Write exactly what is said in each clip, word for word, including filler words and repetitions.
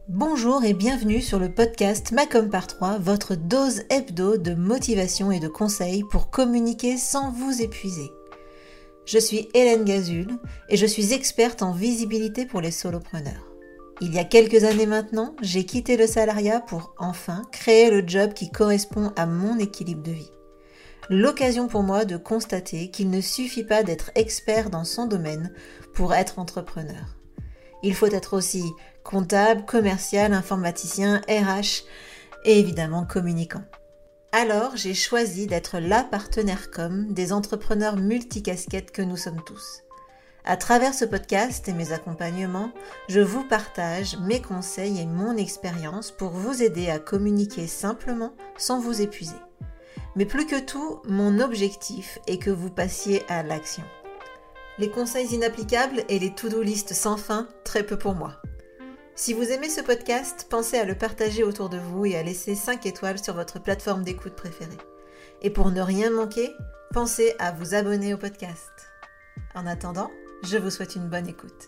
Bonjour et bienvenue sur le podcast Macom par trois, votre dose hebdo de motivation et de conseils pour communiquer sans vous épuiser. Je suis Hélène Gazul et je suis experte en visibilité pour les solopreneurs. Il y a quelques années maintenant, j'ai quitté le salariat pour enfin créer le job qui correspond à mon équilibre de vie. L'occasion pour moi de constater qu'il ne suffit pas d'être expert dans son domaine pour être entrepreneur. Il faut être aussi comptable, commercial, informaticien, R H et évidemment communicant. Alors, j'ai choisi d'être la partenaire com des entrepreneurs multicasquettes que nous sommes tous. À travers ce podcast et mes accompagnements, je vous partage mes conseils et mon expérience pour vous aider à communiquer simplement sans vous épuiser. Mais plus que tout, mon objectif est que vous passiez à l'action. Les conseils inapplicables et les to-do list sans fin, très peu pour moi. Si vous aimez ce podcast, pensez à le partager autour de vous et à laisser cinq étoiles sur votre plateforme d'écoute préférée. Et pour ne rien manquer, pensez à vous abonner au podcast. En attendant, je vous souhaite une bonne écoute.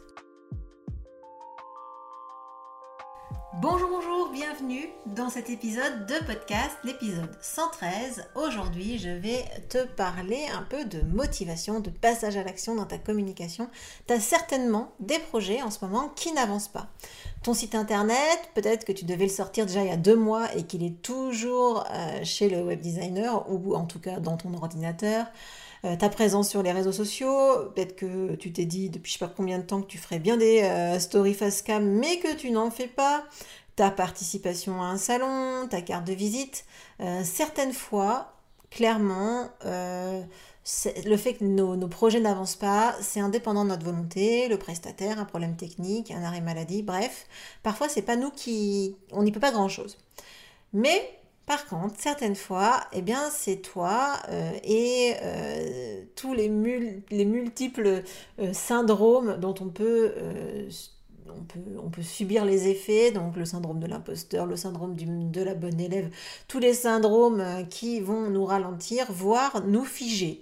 Bonjour, bonjour, bienvenue dans cet épisode de podcast, l'épisode cent treize. Aujourd'hui, je vais te parler un peu de motivation, de passage à l'action dans ta communication. Tu as certainement des projets en ce moment qui n'avancent pas. Ton site internet, peut-être que tu devais le sortir déjà il y a deux mois et qu'il est toujours euh, chez le web designer ou en tout cas dans ton ordinateur. Euh, ta présence sur les réseaux sociaux, peut-être que tu t'es dit depuis je sais pas combien de temps que tu ferais bien des euh, stories face cam mais que tu n'en fais pas, ta participation à un salon, ta carte de visite, euh, certaines fois, clairement, euh, le fait que nos, nos projets n'avancent pas, c'est indépendant de notre volonté, le prestataire, un problème technique, un arrêt maladie, bref, parfois c'est pas nous qui, on n'y peut pas grand chose. Mais par contre, certaines fois, eh bien, c'est toi euh, et euh, tous les, mul- les multiples euh, syndromes dont on peut, euh, on, peut, on peut subir les effets, donc le syndrome de l'imposteur, le syndrome du, de la bonne élève, tous les syndromes euh, qui vont nous ralentir, voire nous figer.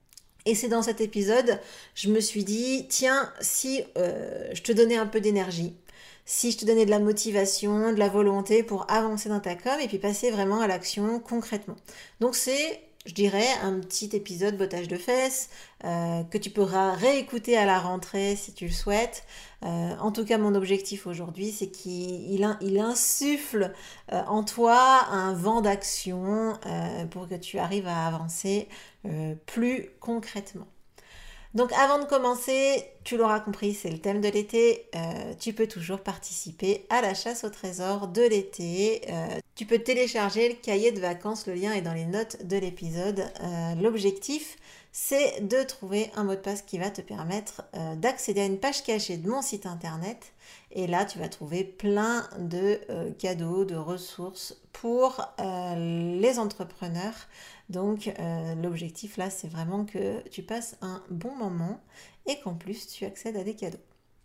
Et c'est dans cet épisode, je me suis dit, tiens, si euh, je te donnais un peu d'énergie, si je te donnais de la motivation, de la volonté pour avancer dans ta com et puis passer vraiment à l'action concrètement. Donc c'est, je dirais, un petit épisode bottage de fesses euh, que tu pourras réécouter à la rentrée si tu le souhaites. Euh, en tout cas, mon objectif aujourd'hui, c'est qu'il il, il insuffle euh, en toi un vent d'action euh, pour que tu arrives à avancer euh, plus concrètement. Donc avant de commencer, tu l'auras compris, c'est le thème de l'été, euh, tu peux toujours participer à la chasse au trésor de l'été. Euh, tu peux télécharger le cahier de vacances, le lien est dans les notes de l'épisode. Euh, l'objectif, c'est de trouver un mot de passe qui va te permettre euh, d'accéder à une page cachée de mon site internet. Et là, tu vas trouver plein de euh, cadeaux, de ressources pour euh, les entrepreneurs. Donc euh, l'objectif là, c'est vraiment que tu passes un bon moment et qu'en plus tu accèdes à des cadeaux.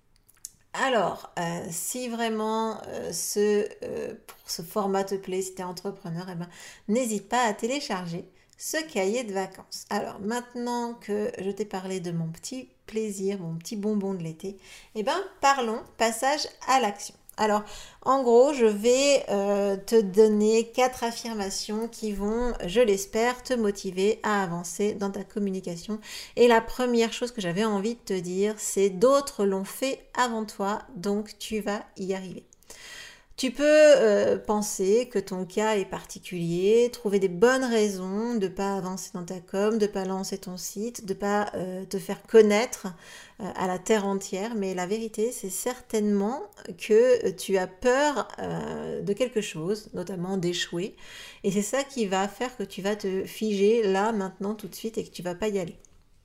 Alors, euh, si vraiment euh, ce, euh, pour ce format te plaît, si tu es entrepreneur, eh ben, n'hésite pas à télécharger ce cahier de vacances. Alors maintenant que je t'ai parlé de mon petit plaisir, mon petit bonbon de l'été, eh ben, parlons passage à l'action. Alors, en gros, je vais euh, te donner quatre affirmations qui vont, je l'espère, te motiver à avancer dans ta communication. Et la première chose que j'avais envie de te dire, c'est d'autres l'ont fait avant toi, donc tu vas y arriver. Tu peux euh, penser que ton cas est particulier, trouver des bonnes raisons de ne pas avancer dans ta com, de ne pas lancer ton site, de ne pas euh, te faire connaître euh, à la terre entière. Mais la vérité, c'est certainement que tu as peur euh, de quelque chose, notamment d'échouer. Et c'est ça qui va faire que tu vas te figer là, maintenant, tout de suite et que tu ne vas pas y aller.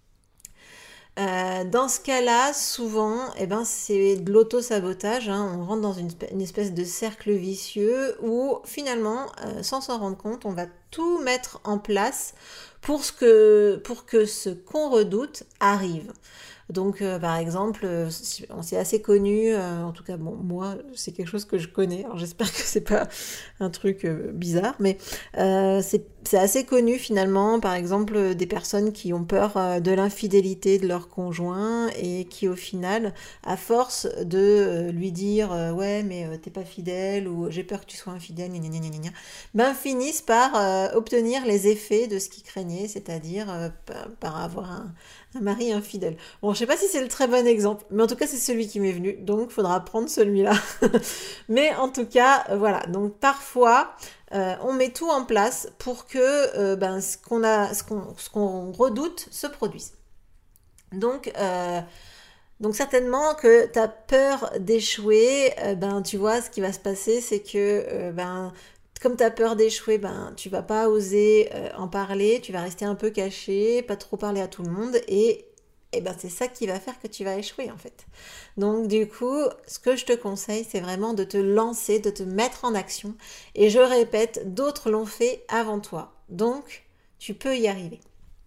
Euh, dans ce cas-là, souvent, eh ben, c'est de l'auto-sabotage, hein. On rentre dans une, une espèce de cercle vicieux où finalement, euh, sans s'en rendre compte, on va tout mettre en place pour, ce que, pour que ce qu'on redoute arrive. Donc, euh, par exemple, euh, c'est assez connu, euh, en tout cas, bon, moi, c'est quelque chose que je connais. Alors, j'espère que c'est pas un truc euh, bizarre, mais euh, c'est c'est assez connu finalement, par exemple, des personnes qui ont peur euh, de l'infidélité de leur conjoint et qui, au final, à force de euh, lui dire euh, ouais, mais euh, t'es pas fidèle ou j'ai peur que tu sois infidèle, gna gna gna gna gna, ben finissent par euh, obtenir les effets de ce qu'ils craignaient, c'est-à-dire euh, par, par avoir un, un mari infidèle. Bon, je sais pas si c'est le très bon exemple, mais en tout cas, c'est celui qui m'est venu, donc faudra prendre celui-là. Mais en tout cas, euh, voilà. Donc parfois, euh, on met tout en place pour que euh, ben, ce qu'on a, ce qu'on, ce qu'on redoute se produise. Donc, euh, donc certainement que tu as peur d'échouer, euh, ben tu vois, ce qui va se passer, c'est que euh, ben comme tu as peur d'échouer, ben tu vas pas oser euh, en parler, tu vas rester un peu caché, pas trop parler à tout le monde et et ben c'est ça qui va faire que tu vas échouer en fait. Donc du coup, ce que je te conseille, c'est vraiment de te lancer, de te mettre en action. Et je répète, d'autres l'ont fait avant toi. Donc, tu peux y arriver.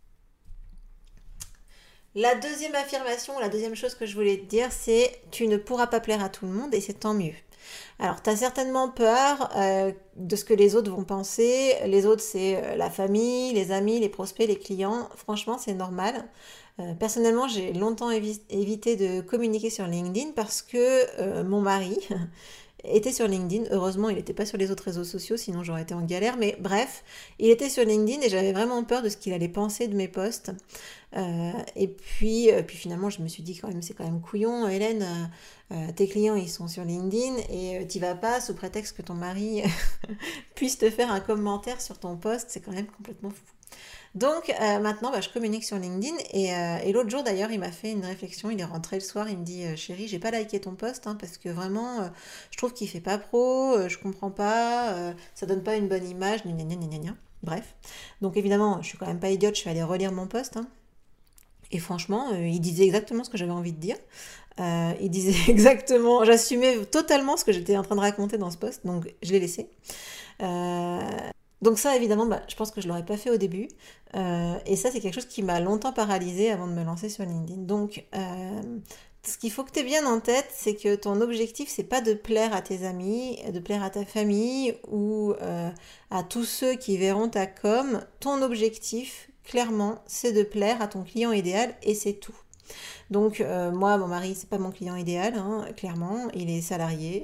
La deuxième affirmation, la deuxième chose que je voulais te dire, c'est tu ne pourras pas plaire à tout le monde et c'est tant mieux. Alors, tu as certainement peur euh, de ce que les autres vont penser. Les autres, c'est euh, la famille, les amis, les prospects, les clients. Franchement, c'est normal. Euh, personnellement, j'ai longtemps évi- évité de communiquer sur LinkedIn parce que euh, mon mari était sur LinkedIn. Heureusement, il n'était pas sur les autres réseaux sociaux, sinon j'aurais été en galère. Mais bref, il était sur LinkedIn et j'avais vraiment peur de ce qu'il allait penser de mes posts. Euh, et puis, euh, puis finalement, je me suis dit quand même, c'est quand même couillon, Hélène. Euh, euh, tes clients, ils sont sur LinkedIn et euh, t'y vas pas sous prétexte que ton mari puisse te faire un commentaire sur ton post. C'est quand même complètement fou. Donc euh, maintenant, bah, je communique sur LinkedIn et, euh, et l'autre jour d'ailleurs, il m'a fait une réflexion. Il est rentré le soir, il me dit euh, chérie, j'ai pas liké ton post hein, parce que vraiment, euh, je trouve qu'il fait pas pro, euh, je comprends pas, euh, ça donne pas une bonne image, gna gna gna gna gna. Bref. Donc évidemment, je suis quand même pas idiote, je suis allée relire mon post. Hein. Et franchement, euh, il disait exactement ce que j'avais envie de dire. Euh, il disait exactement, j'assumais totalement ce que j'étais en train de raconter dans ce post, donc je l'ai laissé. Euh, donc ça, évidemment, bah, je pense que je l'aurais pas fait au début. Euh, et ça, c'est quelque chose qui m'a longtemps paralysée avant de me lancer sur LinkedIn. Donc, euh, ce qu'il faut que tu aies bien en tête, c'est que ton objectif, c'est pas de plaire à tes amis, de plaire à ta famille ou euh, à tous ceux qui verront ta com. Ton objectif, clairement, c'est de plaire à ton client idéal et c'est tout. Donc euh, moi, mon mari, c'est pas mon client idéal, hein, clairement. Il est salarié.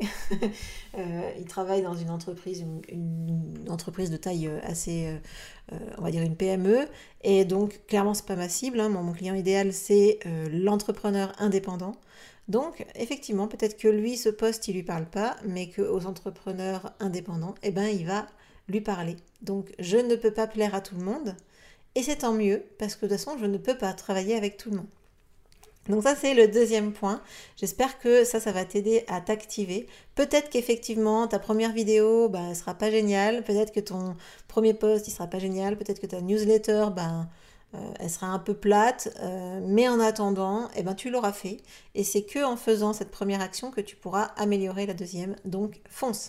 euh, il travaille dans une entreprise, une, une entreprise de taille assez, euh, on va dire une P M E. Et donc clairement, c'est pas ma cible. Hein. Mon, mon client idéal, c'est euh, l'entrepreneur indépendant. Donc effectivement, peut-être que lui, ce poste, il lui parle pas, mais qu'aux entrepreneurs indépendants, eh ben, il va lui parler. Donc je ne peux pas plaire à tout le monde. Et c'est tant mieux, parce que de toute façon, je ne peux pas travailler avec tout le monde. Donc ça, c'est le deuxième point. J'espère que ça, ça va t'aider à t'activer. Peut-être qu'effectivement, ta première vidéo, bah, elle sera pas géniale. Peut-être que ton premier post, il sera pas génial. Peut-être que ta newsletter, bah, euh, elle sera un peu plate. Euh, mais en attendant, eh ben, tu l'auras fait. Et c'est que en faisant cette première action que tu pourras améliorer la deuxième. Donc, fonce.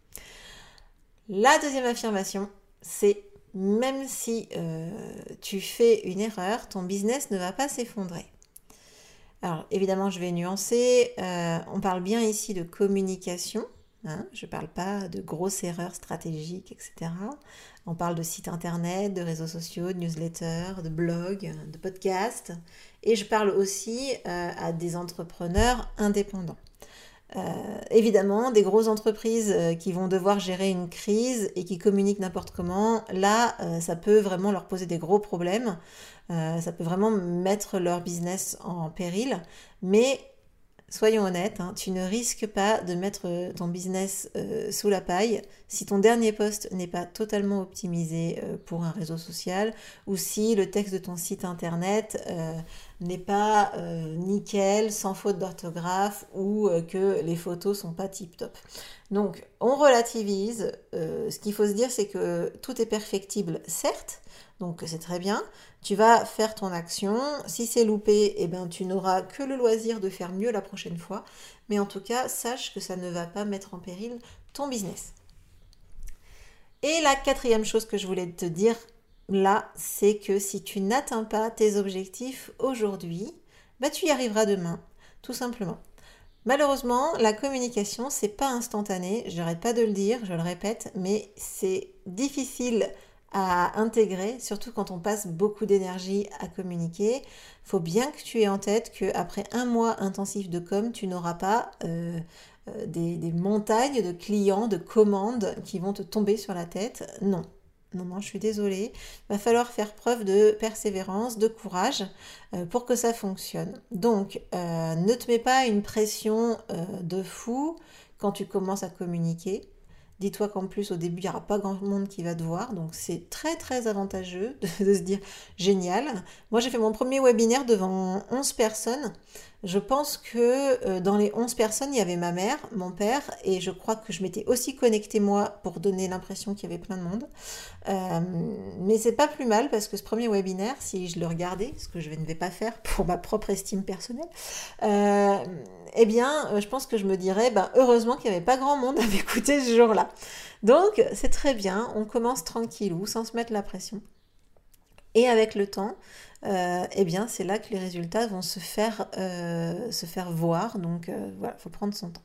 La deuxième affirmation, c'est même si euh, tu fais une erreur, ton business ne va pas s'effondrer. Alors évidemment, je vais nuancer. Euh, on parle bien ici de communication. Hein, je ne parle pas de grosses erreurs stratégiques, et cetera. On parle de sites internet, de réseaux sociaux, de newsletters, de blogs, de podcasts. Et je parle aussi euh, à des entrepreneurs indépendants. Euh, évidemment, des grosses entreprises euh, qui vont devoir gérer une crise et qui communiquent n'importe comment, là, euh, ça peut vraiment leur poser des gros problèmes. Euh, ça peut vraiment mettre leur business en péril. Mais soyons honnêtes, hein, tu ne risques pas de mettre ton business euh, sous la paille si ton dernier post n'est pas totalement optimisé euh, pour un réseau social ou si le texte de ton site internet euh, n'est pas euh, nickel, sans faute d'orthographe ou euh, que les photos sont pas tip-top. Donc, on relativise. Euh, ce qu'il faut se dire, c'est que tout est perfectible, certes, donc c'est très bien. Tu vas faire ton action. Si c'est loupé, eh ben, tu n'auras que le loisir de faire mieux la prochaine fois. Mais en tout cas, sache que ça ne va pas mettre en péril ton business. Et la quatrième chose que je voulais te dire là, c'est que si tu n'atteins pas tes objectifs aujourd'hui, bah tu y arriveras demain, tout simplement. Malheureusement, la communication, c'est pas instantané, je n'arrête pas de le dire, je le répète, mais c'est difficile à intégrer, surtout quand on passe beaucoup d'énergie à communiquer. Il faut bien que tu aies en tête qu'après un mois intensif de com, tu n'auras pas euh, euh, des, des montagnes de clients, de commandes qui vont te tomber sur la tête. Non. Non, non, je suis désolée. Il va falloir faire preuve de persévérance, de courage euh, pour que ça fonctionne. Donc, euh, ne te mets pas une pression euh, de fou quand tu commences à communiquer. Dis-toi qu'en plus, au début, il n'y aura pas grand monde qui va te voir. Donc, c'est très, très avantageux de, de se dire génial. Moi, j'ai fait mon premier webinaire devant onze personnes. Je pense que euh, dans les onze personnes, il y avait ma mère, mon père, et je crois que je m'étais aussi connectée moi pour donner l'impression qu'il y avait plein de monde. Euh, mais c'est pas plus mal parce que ce premier webinaire, si je le regardais, ce que je ne vais pas faire pour ma propre estime personnelle, euh, eh bien, je pense que je me dirais, ben, heureusement qu'il n'y avait pas grand monde à m'écouter ce jour-là. Donc, c'est très bien, on commence tranquillou, sans se mettre la pression. Et avec le temps, euh, eh bien, c'est là que les résultats vont se faire, euh, se faire voir. Donc, euh, voilà, il faut prendre son temps.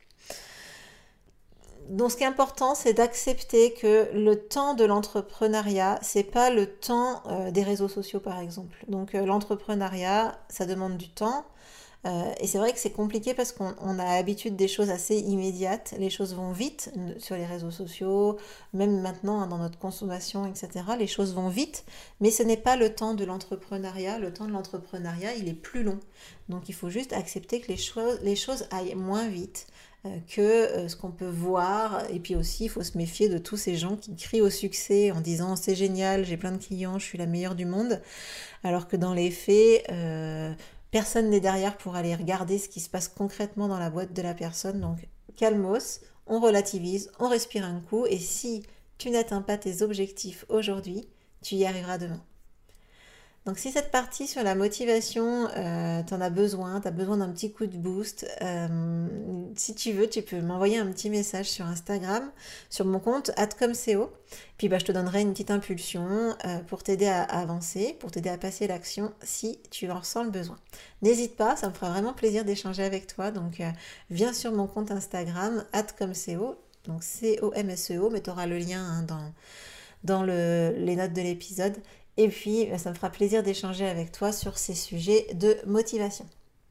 Donc, ce qui est important, c'est d'accepter que le temps de l'entrepreneuriat, c'est pas le temps euh, des réseaux sociaux, par exemple. Donc, euh, l'entrepreneuriat, ça demande du temps. Euh, et c'est vrai que c'est compliqué parce qu'on on a l'habitude des choses assez immédiates. Les choses vont vite sur les réseaux sociaux, même maintenant hein, dans notre consommation, et cetera. Les choses vont vite, mais ce n'est pas le temps de l'entrepreneuriat. Le temps de l'entrepreneuriat, il est plus long. Donc, il faut juste accepter que les choses, les choses aillent moins vite que ce qu'on peut voir. Et puis aussi, il faut se méfier de tous ces gens qui crient au succès en disant c'est génial, j'ai plein de clients, je suis la meilleure du monde, alors que dans les faits, euh, personne n'est derrière pour aller regarder ce qui se passe concrètement dans la boîte de la personne. Donc calmos, on relativise, on respire un coup, et si tu n'atteins pas tes objectifs aujourd'hui, tu y arriveras demain. Donc si cette partie sur la motivation, euh, t'en as besoin, t'as besoin d'un petit coup de boost, euh, si tu veux, tu peux m'envoyer un petit message sur Instagram, sur mon compte atcomco, puis bah, je te donnerai une petite impulsion euh, pour t'aider à, à avancer, pour t'aider à passer l'action si tu en ressens le besoin. N'hésite pas, ça me fera vraiment plaisir d'échanger avec toi, donc euh, viens sur mon compte Instagram atcomco, donc C O M S E O, mais tu auras le lien hein, dans, dans le, les notes de l'épisode. Et puis, ça me fera plaisir d'échanger avec toi sur ces sujets de motivation.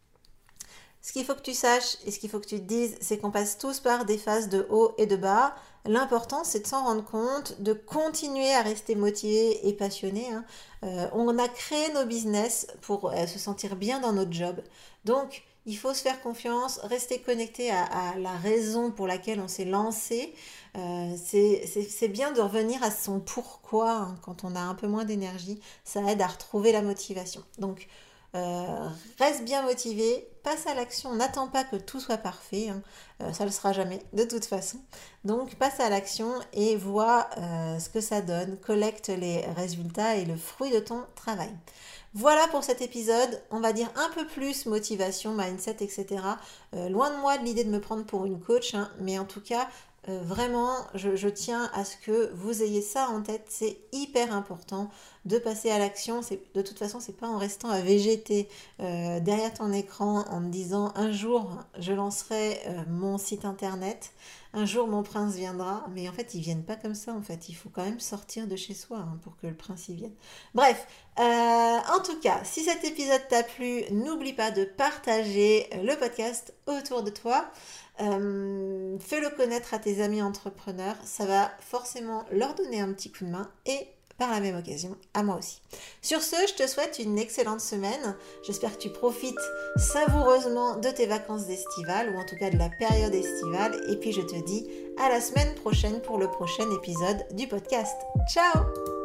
Ce qu'il faut que tu saches et ce qu'il faut que tu te dises, c'est qu'on passe tous par des phases de haut et de bas. L'important, c'est de s'en rendre compte, de continuer à rester motivé et passionné. Hein. Euh, on a créé nos business pour euh, se sentir bien dans notre job. Donc, il faut se faire confiance, rester connecté à, à la raison pour laquelle on s'est lancé. Euh, c'est, c'est, c'est bien de revenir à son pourquoi hein, quand on a un peu moins d'énergie. Ça aide à retrouver la motivation. Donc, euh, reste bien motivé, passe à l'action. N'attends pas que tout soit parfait. Hein. Euh, ça ne le sera jamais de toute façon. Donc, passe à l'action et vois euh, ce que ça donne. Collecte les résultats et le fruit de ton travail. Voilà pour cet épisode, on va dire un peu plus motivation, mindset, et cetera. Euh, loin de moi de l'idée de me prendre pour une coach, hein, mais en tout cas, euh, vraiment, je, je tiens à ce que vous ayez ça en tête. C'est hyper important de passer à l'action. C'est, de toute façon, c'est pas en restant à végéter euh, derrière ton écran en me disant un jour je lancerai euh, mon site internet. Un jour mon prince viendra, mais en fait ils viennent pas comme ça en fait, il faut quand même sortir de chez soi hein, pour que le prince y vienne. Bref, euh, en tout cas, si cet épisode t'a plu, n'oublie pas de partager le podcast autour de toi, euh, fais-le connaître à tes amis entrepreneurs, ça va forcément leur donner un petit coup de main et par la même occasion, à moi aussi. Sur ce, je te souhaite une excellente semaine. J'espère que tu profites savoureusement de tes vacances estivales, ou en tout cas de la période estivale. Et puis je te dis à la semaine prochaine pour le prochain épisode du podcast. Ciao!